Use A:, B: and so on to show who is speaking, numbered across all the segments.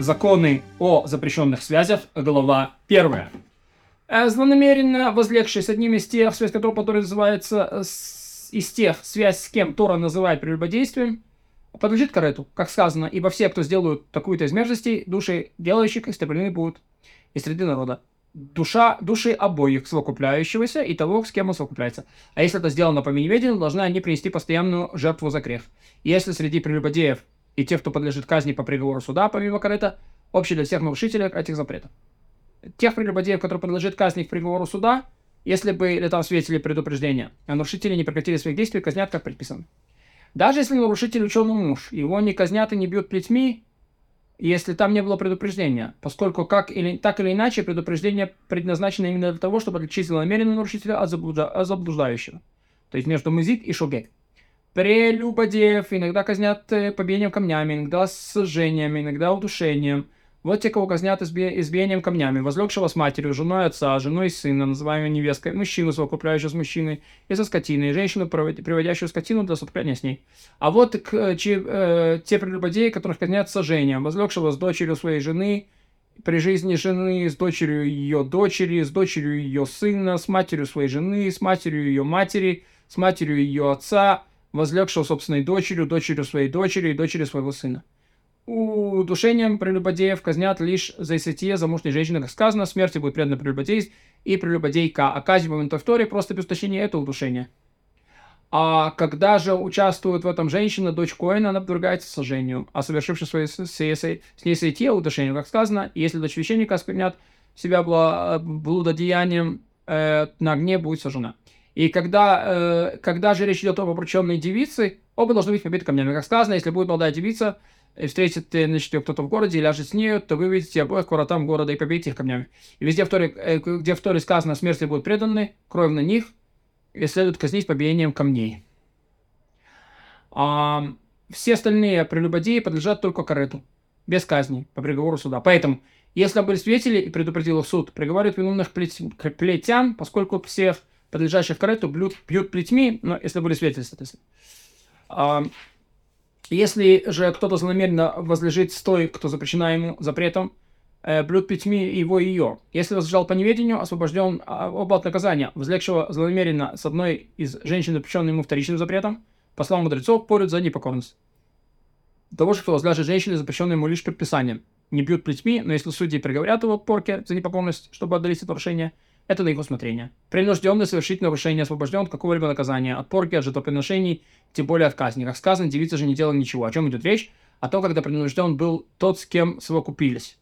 A: Законы о запрещенных связях, глава 1. Злонамеренно возлегший с одним из тех, связь которого, который называется из тех, связь с кем Тора называет прелюбодействием, подлежит карету, как сказано, ибо все, кто сделают такую-то из мерзостей, души делающих истреблены будут из среды народа. Души обоих, совокупляющегося и того, с кем он совокупляется. А если это сделано по неведению, должны они принести постоянную жертву за грех. И если среди прелюбодеев и тех, кто подлежит казни по приговору суда, помимо карета, общий для всех нарушителей этих запретов. Тех прелюбодеев, которые подлежит казни к приговору суда, если бы там светили предупреждение, а нарушители не прекратили своих действий, казнят, как предписано. Даже если нарушитель ученый муж, его не казнят и не бьют плетьми, если там не было предупреждения, поскольку так или иначе предупреждение предназначено именно для того, чтобы отличить злонамеренного нарушителя от заблуждающего. То есть между мезид и шогек. Прелюбодеев иногда казнят побиением камнями, иногда сожжением, иногда удушением. Вот те, кого казнят избиением камнями: возлегшего с матерью, женой отца, женой сына, называемой невесткой, мужчину, совокупляющего с мужчиной, и со скотиной, и женщину, приводящую скотину для совокупления с ней. А вот те прелюбодеи, которых казнят сожжением: возлегшего с дочерью своей жены, при жизни жены, с дочерью ее дочери, с дочерью ее сына, с матерью своей жены, с матерью ее матери, с матерью ее отца, возлегшего собственной дочерью, дочерью своей дочери и дочерью своего сына. Удушением прелюбодеев казнят лишь за исытие замужней женщины, как сказано, смерти будет предана прелюбодей и прелюбодейка. А казнь в момент второй просто без уточнения — это удушение. А когда же участвует в этом женщина, дочь Коэна, она подвергается сожжению, а совершивший с ней сытие — удушению, как сказано. И если дочь священника осквернят себя блудодеянием, на огне будет сожжена. И когда же речь идет об обрученной девице, оба должны быть побиты камнями. Как сказано, если будет молодая девица, и встретит, значит, ее кто-то в городе и ляжет с нею, то вы выведете обоих к воротам города и побейте их камнями. И везде, где в Торе сказано, смерти будут преданы, кровь на них, и следует казнить побиением камней. Все остальные прелюбодеи подлежат только карету, без казни, по приговору суда. Поэтому, если были свидетели и предупредил их суд, приговаривают виновных плетям, поскольку всех подлежащих карету бьют плетьми, но если были свидетели, соответственно. Если же кто-то злонамеренно возлежит с той, кто запрещена ему запретом, блюд плетьми его и ее. Если возлежал по неведению, освобожден оба от наказания. Возлегшего злонамеренно с одной из женщин, запрещенной ему вторичным запретом, по словам мудрецов, порют за непокорность. Того же, кто возляжет женщине, запрещенной ему лишь предписанием. Не бьют плетьми, но если судьи приговорят его к порке за непокорность, чтобы отдалить это нарушение, это на его усмотрение. Принужденный совершить нарушение освобожден от какого-либо наказания, от порки, от жертвоприношений, тем более от казни. Как сказано, девица же не делала ничего. О чем идет речь? О том, когда принужден был тот, с кем совокупились.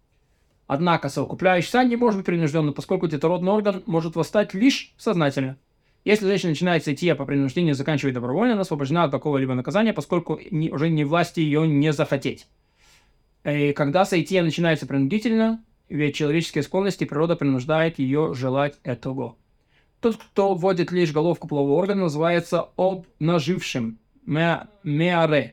A: Однако совокупляющийся не может быть принужденным, поскольку детородный орган может восстать лишь сознательно. Если женщина начинает сойти по принуждению и заканчивает добровольно, она освобождена от какого-либо наказания, поскольку уже не власти ее не захотеть. И когда соитие начинается принудительно, ведь человеческие склонности природа принуждает ее желать этого. Тот, кто вводит лишь головку полового органа, называется обнажившим. Меаре.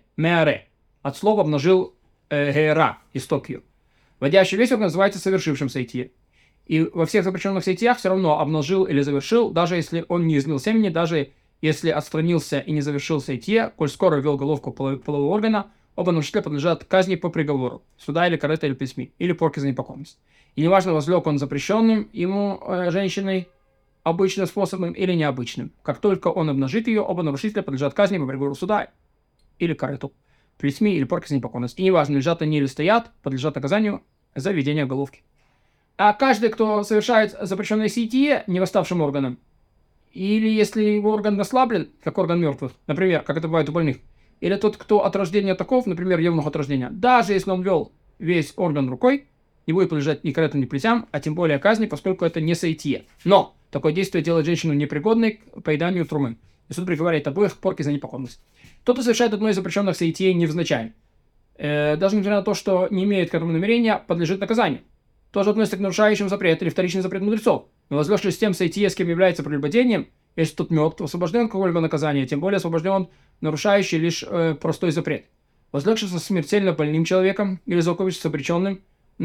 A: От слова обнажил гера, исток ее. Вводящий весь орган называется совершившим соитие. И во всех запрещенных соитиях все равно обнажил или завершил, даже если он не излил семени, даже если отстранился и не завершил соитие, коль скоро ввел головку полового органа, оба нарушителя подлежат казни по приговору, суда или карета или плетьми, или порки за непокорность. И неважно, возлег он запрещенным ему женщиной обычным способом или необычным. Как только он обнажит ее, оба нарушителя подлежат казни по приговору суда или карету, плетьми или порки за непокорность. И неважно, лежат они или стоят, подлежат наказанию за введение головки. А каждый, кто совершает запрещенное ситие не восставшим органом, или если его орган ослаблен, как орган мертвых, например, как это бывает у больных, или тот, кто от рождения таков, например, евнух от рождения, даже если он вел весь орган рукой, не будет подлежать ни карету, ни плетям, а тем более казни, поскольку это не соитие. Но такое действие делает женщину непригодной к поеданию трумы. И суд приговаривает обоих к порке за непокорность. Тот, кто совершает одно из запрещенных соитий невзначай, даже несмотря на то, что не имеет к этому намерения, подлежит наказанию. Тоже относится к нарушающим запрет или вторичный запрет мудрецов. Но возлежавший с тем соитие, с кем является прелюбодеянием, если тот мертв, освобожден от какого-либо наказания, тем более освобожден нарушающий лишь простой запрет. Возлегший со смертельно больным человеком или с обреченным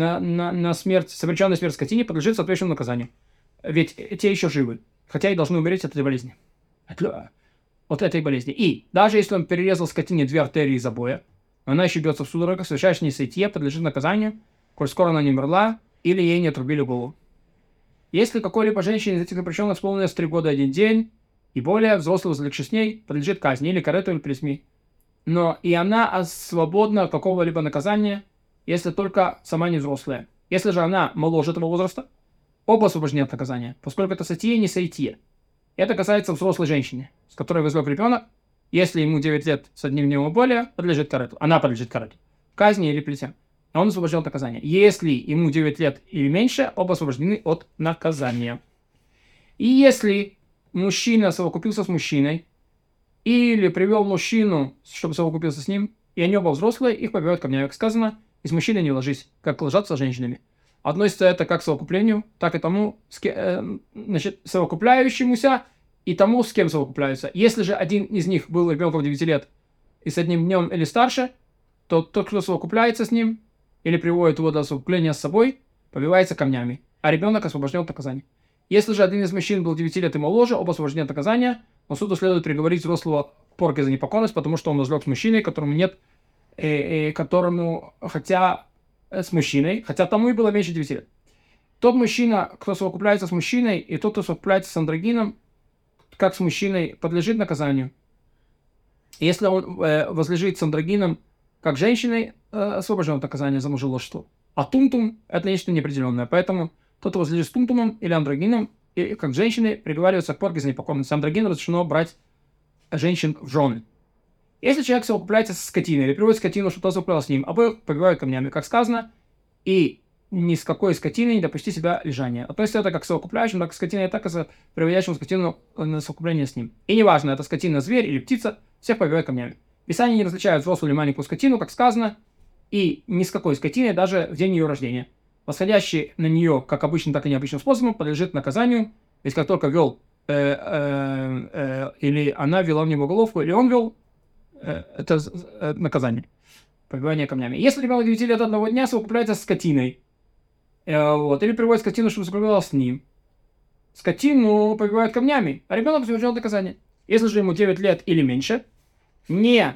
A: на смерть, с обреченной смерть скотине, подлежит соответствующему наказанию. Ведь те еще живы, хотя и должны умереть от этой болезни. От этой болезни. И даже если он перерезал скотине 2 артерии забоя, она еще бьется в судорогах, совершающая не сойти, подлежит наказанию, коль скоро она не умерла, или ей не отрубили голову. Если какой-либо женщине из этих запрещенных исполнилось 3 года и 1 день, и более, взрослый, возлегший с ней, подлежит казни или карету, или плетьми. Но и она свободна от какого-либо наказания, если только сама не взрослая. Если же она моложе этого возраста, оба освобождены от наказания, поскольку это сатия не сайтия. Это касается взрослой женщины, с которой возлег ребенок, если ему 9 лет с 1 днем и более, подлежит карету. Она подлежит карету. Казни или плетям. А он освобожден от наказания. Если ему 9 лет или меньше, оба освобождены от наказания. И если мужчина совокупился с мужчиной, или привел мужчину, чтобы совокупился с ним, и они оба взрослые, их побивают камнями, как сказано, и с мужчиной не ложись, как ложатся с женщинами. Относится это как к совокуплению, так и тому, совокупляющемуся, и тому, с кем совокупляются. Если же один из них был ребенком 9 лет и с 1 днем или старше, то тот, кто совокупляется с ним, или приводит его до совокупления с собой, побивается камнями, а ребенок освобожден от наказания. Если же один из мужчин был 9 лет и моложе, оба освобождены от наказания, но суду следует приговорить взрослого к порке за непокорность, потому что он возлег с мужчиной, которому нет, с мужчиной, хотя тому и было меньше 9 лет. Тот мужчина, кто совокупляется с мужчиной, и тот, кто совокупляется с андрогином, как с мужчиной, подлежит наказанию. Если он возлежит с андрогином, как женщиной, освобожден от наказания за мужеложество. А тумтум – это нечто неопределенное. Поэтому тот, кто возлежит с тумтумом или андрогином, и как женщины, приговариваются к порке за непокорность. Андрогину разрешено брать женщин в жены. Если человек совокупляется с скотиной или приводит скотину, чтобы тот совокуплялся с ним, обоих побивают камнями, как сказано, и ни с какой скотиной не допусти себя лежания. Относится это как к совокупляющему, так и скотине, так и к приводящему скотину на совокупление с ним. И неважно, это скотина, зверь или птица, всех побивают камнями. Писание не различает взрослую или маленькую скотину, как сказано, и ни с какой скотиной даже в день ее рождения. Восходящий на нее как обычным, так и необычным способом подлежит наказанию, если как только вел или она вела в него головку, или он вел, это наказание, побивание камнями. Если ребенок 9 лет 1 дня совокупляется с скотиной, или приводит скотину, чтобы совокуплялась с ним, скотину побивают камнями, а ребенок освобожден от наказания. Если же ему 9 лет или меньше, не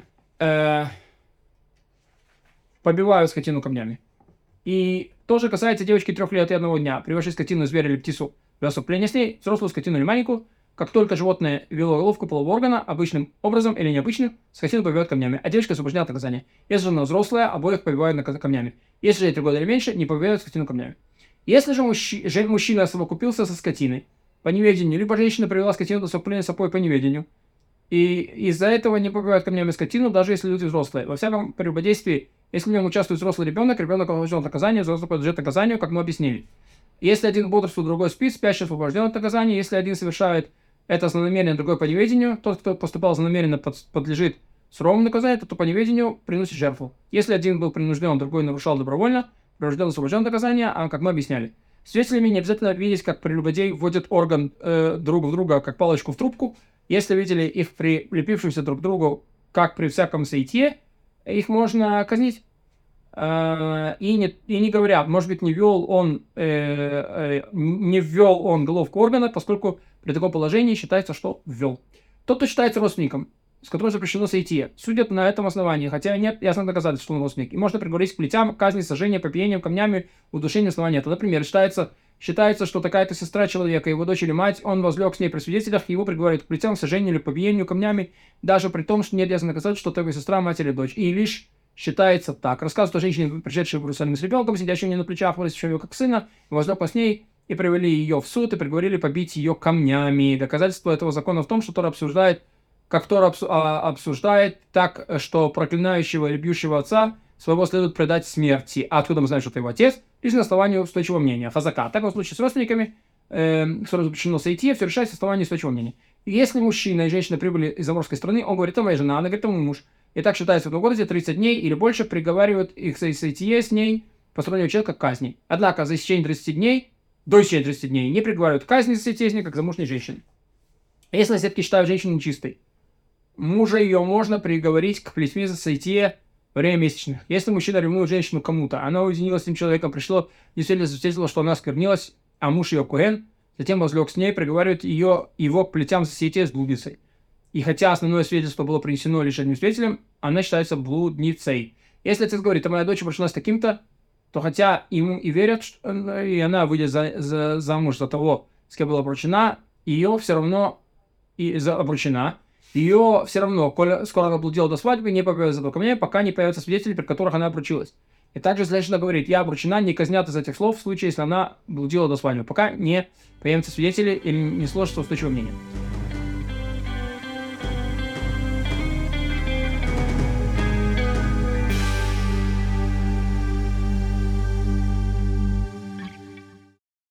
A: побивают скотину камнями. И тоже касается девочки 3 лет и 1 дня. Приводишь скотину, зверя или птицу для совокупления с ней, взрослую скотину или маленькую, как только животное вело головку полового органа, обычным образом или необычным, скотину побивают камнями, а девочка освобождена от наказания. Если же она взрослая, обоих побивают камнями. Если же 3 года или меньше, не побивают скотину камнями. Если же мужчина совокупился со скотиной по неведению, либо женщина привела скотину до совокупления с собой по неведению, и из-за этого не побивают камнями скотину, даже если люди взрослые. Во всяком прелюбодействии, если в нем участвует взрослый ребенок освобожден от наказания, взрослый подлежит наказанию, как мы объяснили. Если один бодрствует, другой спит, спящий освобожден от наказания. Если один совершает это злонамеренно, другой по неведению, тот, кто поступал злонамеренно, подлежит суровому наказанию, тот, кто по неведению, приносит жертву. Если один был принужден, другой нарушал добровольно, принужден освобожден от наказания, как мы объясняли. Свидетелями не обязательно видеть, как прелюбодей вводит орган друг в друга, как палочку в трубку. Если видели их прилепившимся друг к другу, как при всяком сойте, их можно казнить. И не говорят, может быть, не ввел он головку органа, поскольку при таком положении считается, что ввел. Тот, кто считается родственником, с которым запрещено сойти, судят на этом основании, хотя нет ясных доказательств, что он родственник. И можно приговорить к плетям, казни, сожжения, попиением, камнями, удушением основания. Это, например, считается, что такая-то сестра человека, его дочь или мать, он возлег с ней при свидетелях, его приговорят к плетям, сожжению или побиению камнями, даже при том, что нет ясных доказательств, что это его сестра, мать или дочь. И лишь считается так. Рассказывают о женщине, пришедшей в Иерусалим с ребенком, сидящей у нее на плечах, вырастившей ее как сына, возлег с ней, и привели ее в суд, и приговорили побить ее камнями. Доказательство этого закона в том, что Тора обсуждает, так, что проклинающего или бьющего отца своего следует предать смерти. А откуда мы знаем, что это его отец? Лишь на основании устойчивого мнения. Хазака. Так в случае с родственниками, которым запрещено сойти, все решается на основании устойчивого мнения. И если мужчина и женщина прибыли из заморской страны, он говорит, это моя жена, она говорит, это мой муж. И так считается в этом городе 30 дней или больше приговаривают их сойти с ней по сравнению человека к казни. Однако за истечение 30 дней, до истечения 30 дней, не приговаривают к казни за сойти с ней, как замужней женщине. Если соседки считают женщину нечистой, мужа ее можно приговорить к плетьми за сойти во время месячных. Если мужчина ревнует женщину кому-то, она уединилась с этим человеком, пришло действительно свидетельство, что она осквернилась, а муж ее коэн, затем возлег с ней, приговаривает его к плетям за сойти с блудницей. И хотя основное свидетельство было принесено лишь одним свидетелем, она считается блудницей. Если отец говорит, а моя дочь обручена с таким-то, то хотя ему и верят, и она выйдет замуж за того, с кем была обручена, ее все равно обручена, ее все равно, коль скоро она блудила до свадьбы, не появится ко мне, пока не появятся свидетели, при которых она обручилась. И также женщина говорит, я обручена, не казнят из этих слов в случае, если она блудила до свадьбы, пока не появятся свидетели или не сложится устойчивое мнение.